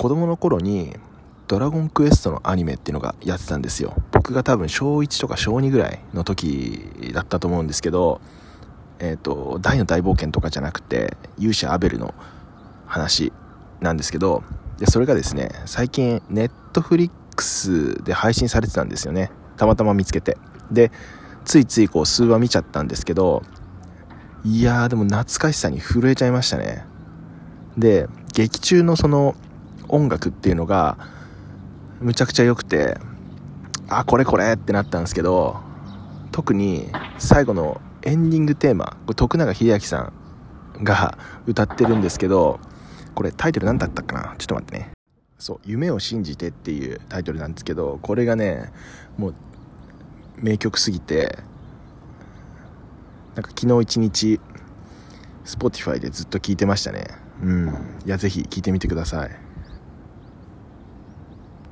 子供の頃にドラゴンクエストのアニメっていうのがやってたんですよ。僕が多分小1とか小2ぐらいの時だったと思うんですけど、大の大冒険とかじゃなくて勇者アベルの話なんですけど、でそれがですね、最近ネットフリックスで配信されてたんですよね。たまたま見つけて、でついついこう数話見ちゃったんですけど、いやーでも懐かしさに震えちゃいましたね。で劇中のその音楽っていうのがむちゃくちゃ良くて、これってなったんですけど、特に最後のエンディングテーマ、これ徳永英明さんが歌ってるんですけど、これタイトル何だったかな、ちょっと待ってね。そう、夢を信じてっていうタイトルなんですけど、これがねもう名曲すぎて、なんか昨日一日 Spotify でずっと聴いてましたね。いやぜひ聴いてみてください。